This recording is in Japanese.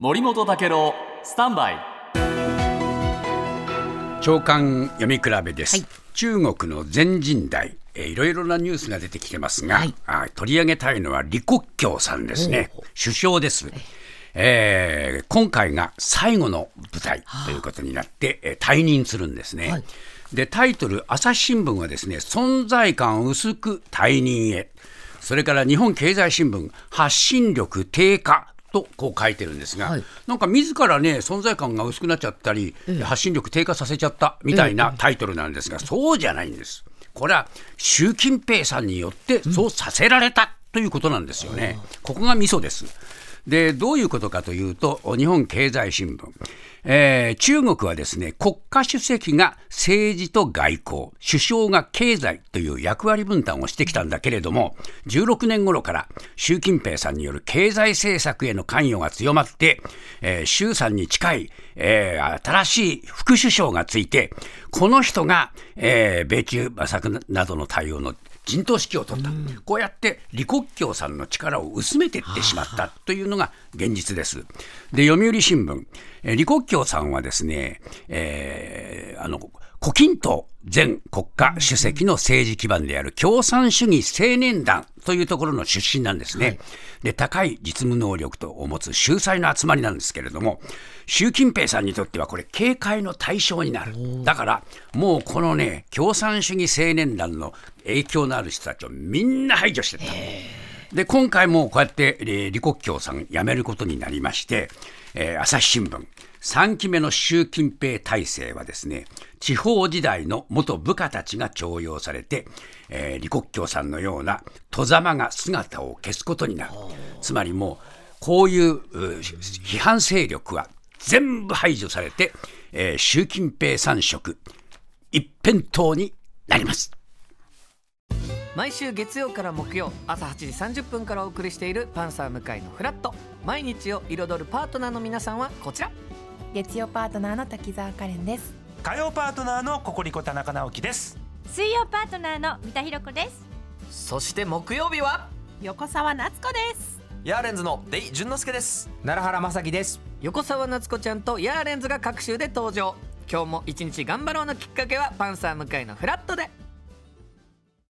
森本武郎スタンバイ。 朝刊読み比べです、 はい、 中国の全人代、いろいろなニュースが出てきてますが、 はい、 取り上げたいのは李克強さんですね。首相です、今回が最後の舞台ということになって、退任するんですね、はい、でタイトル朝日新聞はですね、存在感薄く退任へ、それから日本経済新聞、発信力低下とこう書いてるんですが、はい、なんか自らね存在感が薄くなっちゃったり、発信力低下させちゃったみたいなタイトルなんですが、そうじゃないんです。これは習近平さんによってそうさせられたということなんですよね。ここがミソです。でどういうことかというと、日本経済新聞、中国はですね、国家主席が政治と外交、首相が経済という役割分担をしてきたんだけれども、16年頃から習近平さんによる経済政策への関与が強まって、習さんに近い、新しい副首相がついて、この人が、米中摩擦などの対応の陣頭指揮を取った、こうやって李克強さんの力を薄めていってしまったというのが現実です。で読売新聞、李克強さんはですね、胡錦涛前国家主席の政治基盤である共産主義青年団というところの出身なんですね、はい、で高い実務能力を持つ秀才の集まりなんですけれども、習近平さんにとってはこれ警戒の対象になる。だからもうこのね、共産主義青年団の影響のある人たちをみんな排除していった。で今回もこうやって李克強さん辞めることになりまして、朝日新聞、3期目の習近平体制はですね、地方時代の元部下たちが重用されて、李克強さんのような外様が姿を消すことになる。つまりもうこういう批判勢力は全部排除されて、習近平三色一辺倒になります。 毎週月曜から木曜朝8時30分からお送りしているパンサー向井のフラット。毎日を彩るパートナーの皆さんはこちら。 月曜パートナーの滝沢カレンです。 火曜パートナーのココリコ田中直樹です。 水曜パートナーの三田寛子です。 そして木曜日は横澤夏子です。 ヤーレンズのデイ淳之介です。 奈良原正樹です。 横澤夏子ちゃんとヤーレンズが各週で登場。今日も一日頑張ろうのきっかけはパンサー向井のフラットで。